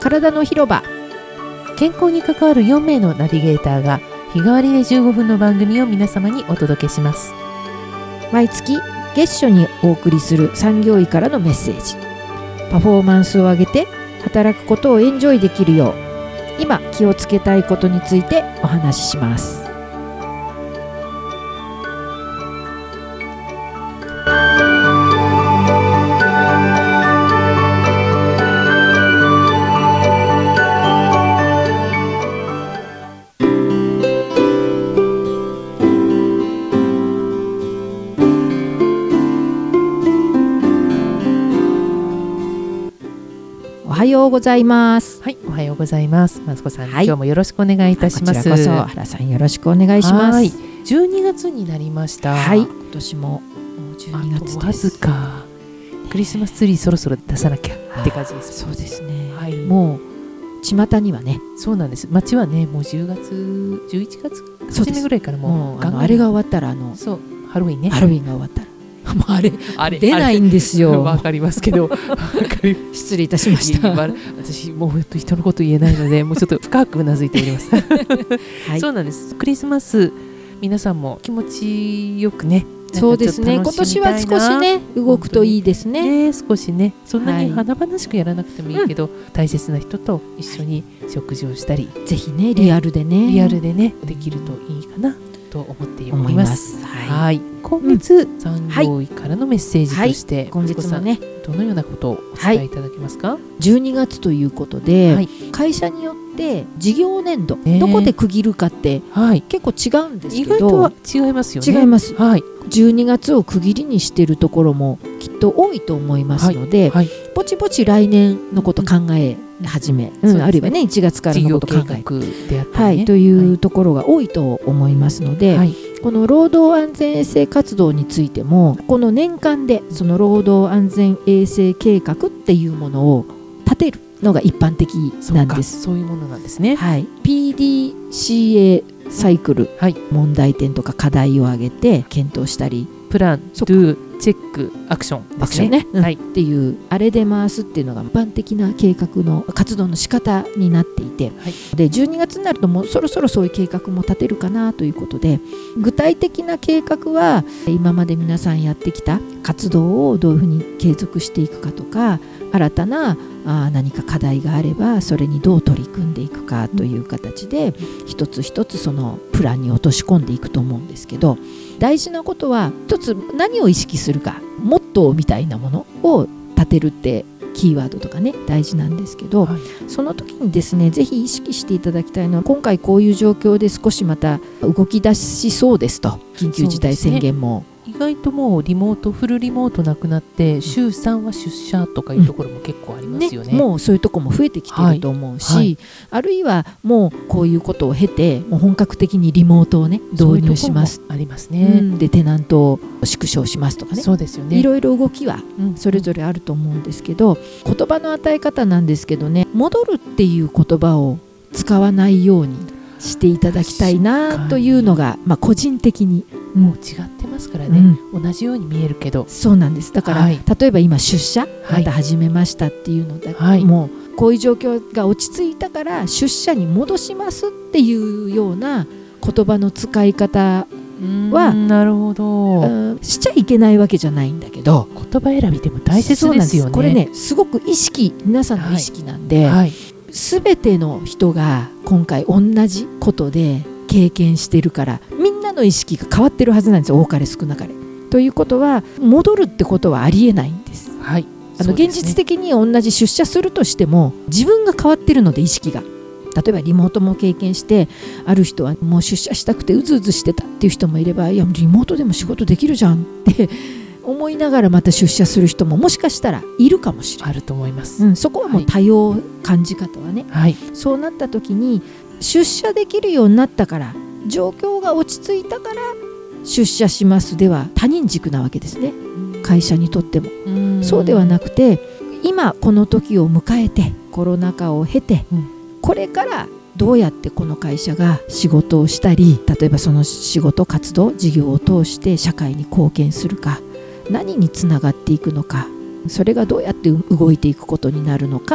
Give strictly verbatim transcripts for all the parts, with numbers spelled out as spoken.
体の広場。 健康に関わるよんめいのナビゲーターが日替わりでじゅうごふんの番組を皆様にお届けします。 毎月月初にお送りする産業医からのメッセージ。パフォーマンスを上げて働くことをエンジョイできるよう、今気をつけたいことについてお話しします。おはようございます。 はい、おはようございます。マツコさん、 はい、 今日もよろしくお願いいたします。 こちらこそ原さんよろしくお願いします。 はい、じゅうにがつになりました。 はい、今年ももうじゅうにがつです。 あとわずか、クリスマスツリーそろそろ出さなきゃって感じです。 そうですね、 はい、 もう巷にはね。 そうなんです。街はね、もうじゅうがつじゅういちがつ初めぐらいからもう、 もうあのあれが終わったらあのそうハロウィンね、 ハロウィンが終わったらもうあれあれ出ないんですよ。 わかりますけど失礼いたしました。 私もう人のこと言えないのでもうちょっと深くうなずいております、はい、そうなんです。クリスマス皆さんも気持ちよくね。 そうですね、今年は少しね動くといいですね。 ね、少しね、そんなに華々しくやらなくてもいいけど、はい、大切な人と一緒に食事をしたり、 ぜひねリアルでねリアルでねできるといいかなと思っております。 はい、 はい、今月、うん、産業医からのメッセージとして、 はい、今月もねどのようなことをお伝えいただけますか。はい、 じゅうにがつということで、はい、会社によって事業年度、えー、どこで区切るかって、はい、結構違うんですけど、 意外とは違いますよね。 違います、 はい、 じゅうにがつを区切りにしているところもきっと多いと思いますので、はいはい、ぼちぼち来年のこと考え始め、うんうん、あるいはねいちがつからのこと考えであったり、ね、 はい、というところが多いと思いますので、はい、この労働安全衛生活動についてもこの年間でその労働安全衛生計画っていうものを立てるのが一般的なんです。 そういうものなんですね。 はい、ピーディーシーエー サイクル、はい、問題点とか課題を挙げて検討したり、 プラン、ドゥ、チェック、アクションですね。 アクションね、うん、 はい、 っていうあれで回すっていうのが一般的な計画の活動の仕方になっていて、はい、でじゅうにがつになるともうそろそろそういう計画も立てるかなということで、具体的な計画は今まで皆さんやってきた活動をどういうふうに継続していくかとか、新たなあ何か課題があればそれにどう取り組んでいくかという形で一つ一つそのプランに落とし込んでいくと思うんですけど、大事なことは一つ何を意識するか、モットーみたいなものを立てるってキーワードとかね大事なんですけど、はい、その時にですねぜひ意識していただきたいのは、今回こういう状況で少しまた動き出しそうですと、緊急事態宣言も意外ともうリモートフルリモートなくなって週さんは出社とかいうところも結構ありますよね。 うんね、もうそういうところも増えてきてると思うし、はいはい、あるいはもうこういうことを経てもう本格的にリモートをね導入します、 ありますね、 うん、でテナントを縮小しますとかね、 そうですよね、 いろいろ動きはそれぞれあると思うんですけど、うん、言葉の与え方なんですけどね、戻るっていう言葉を使わないようにしていただきたいなというのが、まあ、個人的にもう違ってますからね、うん、同じように見えるけど、 そうなんです。だから、はい、例えば今出社また始めましたっていうのだけ、はい、もうこういう状況が落ち着いたから出社に戻しますっていうような言葉の使い方はなるほどしちゃいけないわけじゃないんだけど、 言葉選びでも大切ですよね。 これねすごく意識、皆さんの意識なんで、はいはい、全ての人が今回同じことで経験してるからみんなの意識が変わってるはずなんですよ、多かれ少なかれ。ということは戻るってことはありえないんです、はい、あの、ね、現実的に同じ出社するとしても自分が変わってるので、意識が例えばリモートも経験して、ある人はもう出社したくてうずうずしてたっていう人もいれば、いやリモートでも仕事できるじゃんって思いながらまた出社する人ももしかしたらいるかもしれない。 あると思います、 うん、そこはもう多様、感じ方はね、 はい、 そうなった時に出社できるようになったから、状況が落ち着いたから出社しますでは他人軸なわけですね、会社にとっても。うそうではなくて、今この時を迎えてコロナ禍を経て、うん、これからどうやってこの会社が仕事をしたり、例えばその仕事活動事業を通して社会に貢献するか、何につながっていくのか、それがどうやって動いていくことになるのかっ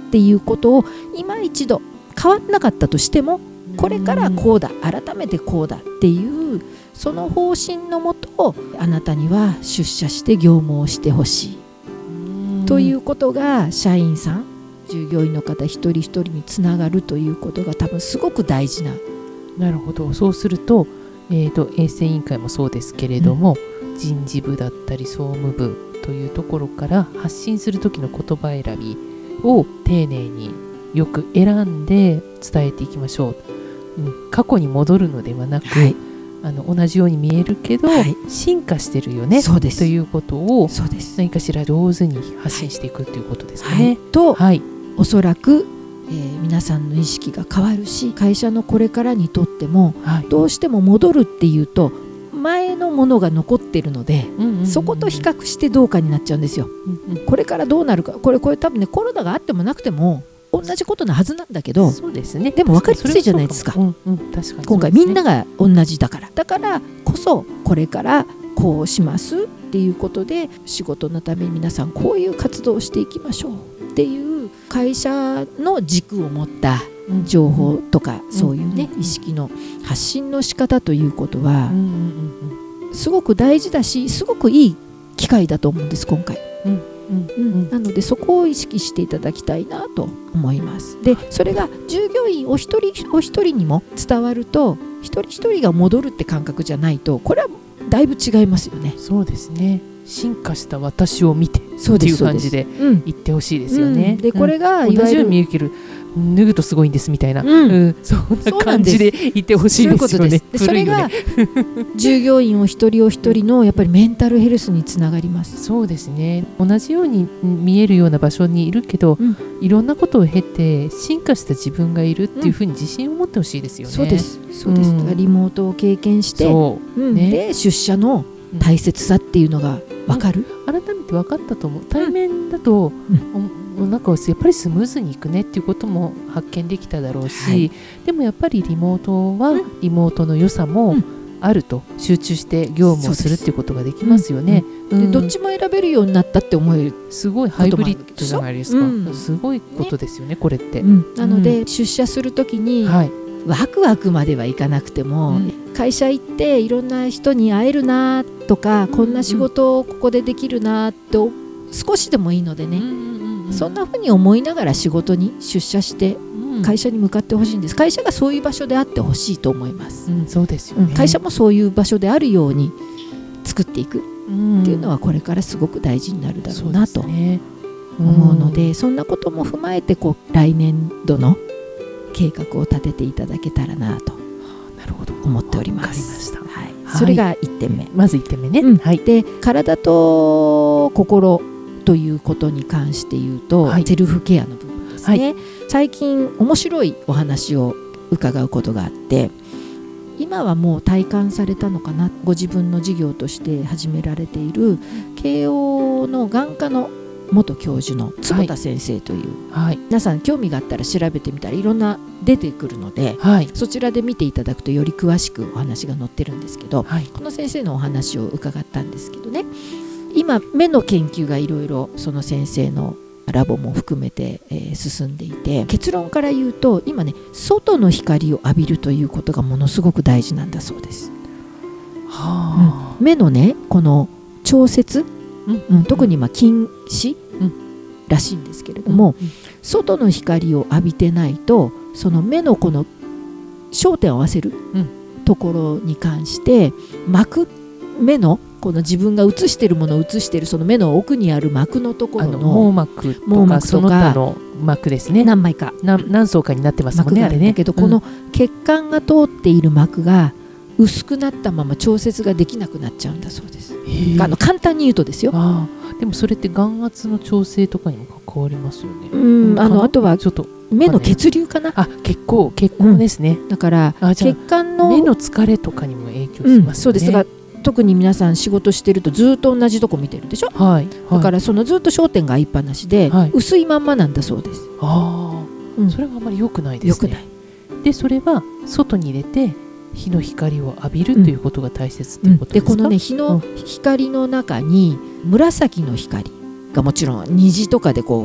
っていうことを今一度変わんなかったとしても、これからこうだ、改めてこうだっていうその方針のもと、あなたには出社して業務をしてほしいということが、社員さん、従業員の方一人一人につながるということが多分すごく大事な。 なるほど。そうすると、えーと、衛生委員会もそうですけれども、うん、人事部だったり総務部というところから発信する時の言葉選びを丁寧によく選んで伝えていきましょう、うん、過去に戻るのではなく、はい、あの同じように見えるけど、はい、進化してるよねということを何かしら上手に発信していくということですね、はい、 と、はい、おそらく、えー、皆さんの意識が変わるし、会社のこれからにとっても、はい、どうしても戻るっていうと前のものが残ってるので、うんうんうん、そこと比較してどうかになっちゃうんですよ、うんうん、これからどうなるか、これこれ多分ね、コロナがあってもなくても同じことなはずなんだけど、 そうですね、 でも分かりやすいじゃないですか、 うんうん、確かにそうですね、 今回みんなが同じだからだからこそ、これからこうしますっていうことで、仕事のために皆さんこういう活動をしていきましょうっていう会社の軸を持った情報とか、うん、そういうね、うん、意識の発信の仕方ということは、うんうんうん、すごく大事だし、すごくいい機会だと思うんです今回、うんうんうん、なのでそこを意識していただきたいなと思います。でそれが従業員お一人お一人にも伝わると、一人一人が戻るって感覚じゃないと、これはだいぶ違いますよね。 そうですね、進化した私を見てっていう感じで言ってほしいですよね、うんうん、 でこれがいわゆる同じように見受ける、脱ぐとすごいんですみたいな、うんうん、そんな感じで言ってほしいですよね。 それが従業員お一人お一人のやっぱりメンタルヘルスにつながります。 そうですね、同じように見えるような場所にいるけど、うん、いろんなことを経て進化した自分がいるっていうふうに自信を持ってほしいですよね、 うん、そうですそうです、うん、リモートを経験して、そうね、で出社の大切さっていうのが分かる、 うん、改めて分かったと思う。対面だと、うん、なんかやっぱりスムーズにいくねっていうことも発見できただろうし、はい、でもやっぱりリモートはリモートの良さもあると、集中して業務をするっていうことができますよね、 うんうん、でどっちも選べるようになったって思える、 すごいハイブリッドじゃないですか、うん、すごいことですよね、これって、 うん、なので、うん、出社するときに、はい、ワクワクまではいかなくても、うん、会社行っていろんな人に会えるなとか、うん、こんな仕事をここでできるなと少しでもいいのでね、うんうんうん、そんな風に思いながら仕事に出社して会社に向かってほしいんです。会社がそういう場所であってほしいと思います、 うん、そうですよね、 うん、会社もそういう場所であるように作っていくっていうのはこれからすごく大事になるだろうなと思うので、そんなことも踏まえてこう来年度の計画を立てていただけたらなと思っております。 わかりました、 はいはい、それがいってんめ、 まずいってんめね、 うん、 はい、 で体と心ということに関して言うと、はい、セルフケアの部分ですね、はい、最近面白いお話を伺うことがあって、今はもう体感されたのかな、ご自分の事業として始められている慶応の眼科の元教授の坪田先生という、はい、皆さん興味があったら調べてみたらいろんな出てくるので、はい、そちらで見ていただくとより詳しくお話が載ってるんですけど、はい、この先生のお話を伺ったんですけどね、今目の研究がいろいろその先生のラボも含めて、えー、進んでいて、結論から言うと今ね、外の光を浴びるということがものすごく大事なんだそうです、はあ、うん、目のねこの調節、うんうん、特にまあ近視、うん、らしいんですけれども、うんうん、外の光を浴びてないとその目のこの焦点を合わせるところに関して膜、目のこの自分が映しているものを映しているその目の奥にある膜のところの網膜とか網膜とかその他の膜ですね、 何枚か何、何層かになってますもんね、あれね。 だけど、この血管が通っている膜が薄くなったまま調節ができなくなっちゃうんだそうです。あの簡単に言うとですよ。 あでもそれって眼圧の調整とかにも関わりますよね。 うんあのあとはちょっと目の血流かな。 あ血行血行ですね、 うん、だから血管の目の疲れとかにも影響しますよね、うん、 そうですが特に皆さん仕事してるとずっと同じとこ見てるでしょ、はいはい、だからそのずっと焦点が合いっぱなしで、はい、薄いまんまなんだそうです。 あ、うん、それはあまり良くないですね。良くない。でそれは外に入れて日の光を浴びるということが大切ということですか、 うんうん、でこのね日の光の中に紫の光がもちろん虹とかでこうほら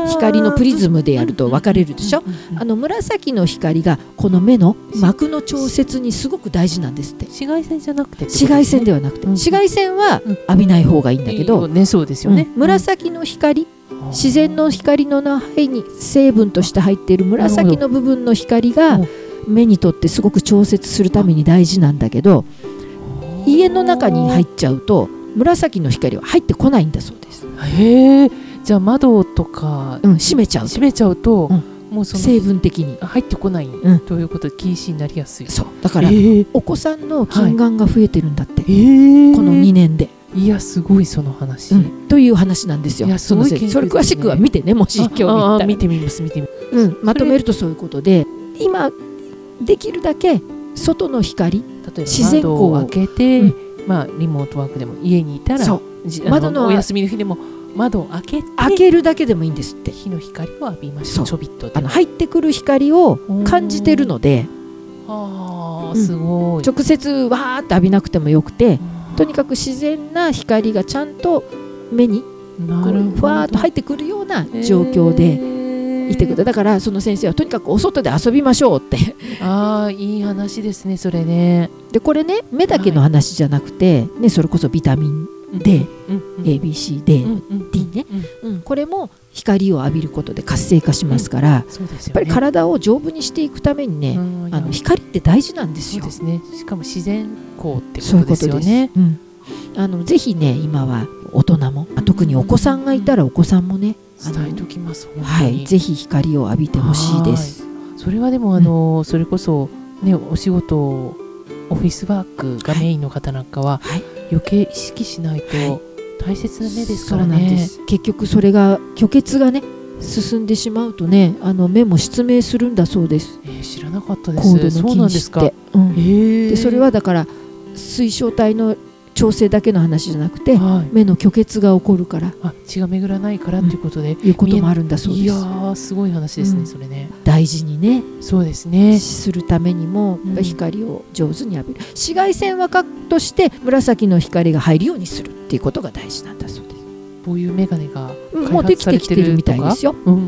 光のプリズムでやると分かれるでしょ。あの紫の光がこの目の膜の調節にすごく大事なんですって。 紫外線じゃなくて、 紫外線ではなくて、紫外線は浴びない方がいいんだけど、 ね、そうですよね、 うん、紫の光、自然の光の中に成分として入っている紫の部分の光が目にとってすごく調節するために大事なんだけど、家の中に入っちゃうと紫の光は入ってこないんだそうです。 へえ。じゃあ窓とか、 うん、閉めちゃう閉めちゃうと、うん、もうその成分的に入ってこない、うん、ということで禁止になりやすい。 そうだから、お子さんの近眼が増えてるんだって、はい、このにねんで。 いやすごいその話、 うん、という話なんですよ。 いやすごい研究ですね。 それ詳しくは見てね、もし興味あったら。 見てみます見てみます、 うん、まとめるとそういうことで、今できるだけ外の光、例えば自然光を窓を開けて、うん、まあ、リモートワークでも家にいたら窓のお休みの日でも窓を開けて開けるだけでもいいんですって。 日の光を浴びましょう。ちょびっとであの入ってくる光を感じてるので、 あー、すごい、 うん、直接わーって浴びなくてもよくて、とにかく自然な光がちゃんと目にふわーっと入ってくるような状況でいてくる。だからその先生はとにかくお外で遊びましょうってああ、いい話ですねそれね。 でこれね、目だけの話じゃなくて、はい、ね、それこそビタミン D、うんうん、エービーシー、D、うん、D ね、うんうん、これも光を浴びることで活性化しますから、うん、そうですよね、やっぱり体を丈夫にしていくためにね、うん、あの光って大事なんですよ。 そうですね。しかも自然光ってことですよね。そういうことです、 うん、あのぜひね、今は大人も、あ、特にお子さんがいたらお子さんもね、 伝えときます。 はい、ぜひ光を浴びてほしいです。 それはでもあの、うん、それこそね、お仕事オフィスワークがメインの方なんかは、はい、余計意識しないと大切な目ですからね。そうなんです。結局それが虚血がね進んでしまうとね、あの目も失明するんだそうです。 えー、知らなかったです。高度の近視って。そうなんですか。うん、えー、でそれはだから水晶体の調整だけの話じゃなくて、はい、目の虚血が起こるから、 あ、血が巡らないからということで、 うん、いうこともあるんだそうです。 いやー、すごい話ですね、うん、それね。 大事にね、 そうですね、 するためにも、うん、光を上手に浴びる、紫外線はカットして紫の光が入るようにするっていうことが大事なんだそうです。 こういうメガネが開発されてるとか、 もうできてきてるみたいですよ。うん、うん、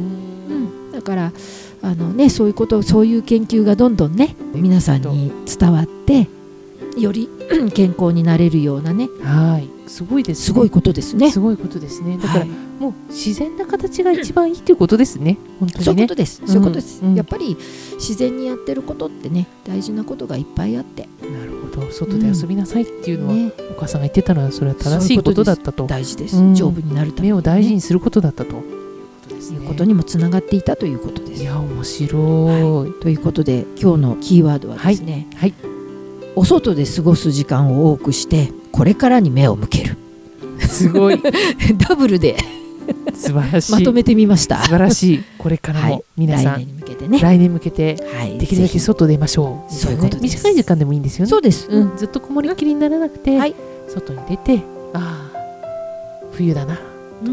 だからあの、ね、そういうことそういう研究がどんどんね皆さんに伝わってより健康になれるようなね、 はい、すごいですね。 すごいことですね。 すごいことですね。だから、はい、もう自然な形が一番いいということですね。本当にね。 そういうことです。そういうことです。うん、やっぱり自然にやってることってね、大事なことがいっぱいあって。 なるほど。外で遊びなさいっていうのは、うんね、お母さんが言ってたのはそれは正しいことだったと。 大事です。うん、丈夫になるために、ね、 目を大事にすることだったと。 いうことにもつながっていたということです。 いや、面白い、 はい、ということで今日のキーワードはですね、はいはい、お外で過ごす時間を多くしてこれからに目を向ける。 すごいダブルで素晴らしいまとめてみました。 素晴らしい。これからも皆さん、はい、来年に向けてね、来年向けてできるだけ外出ましょう。 そういうことです。 短い時間でもいいんですよね。 そうです、 うん、ずっとこもりっきりにならなくて、はい、外に出て、ああ冬だなとか、うん、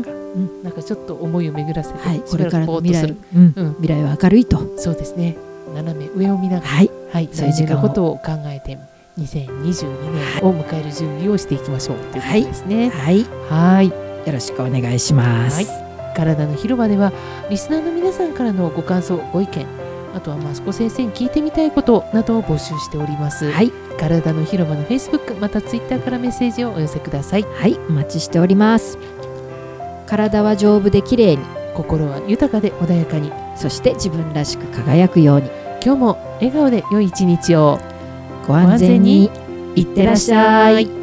なんかちょっと思いを巡らせて、はい、 これからの未来、うんうん、未来は明るいと。 そうですね。斜め上を見ながら、はい、はい、そういう時間のことを考えてにせんにじゅうにねんを迎える準備をしていきましょうということですね。 はい、はい、よろしくお願いします。はい、 体の広場ではリスナーの皆さんからのご感想ご意見、あとは益子先生に聞いてみたいことなどを募集しております。はい、体の広場の フェイスブック また ツイッター からメッセージをお寄せください。 はい、お待ちしております。体は丈夫で綺麗に、 心は豊かで穏やかに、 そして自分らしく輝くように、 今日も笑顔で良い一日を。 ご安全にいってらっしゃい。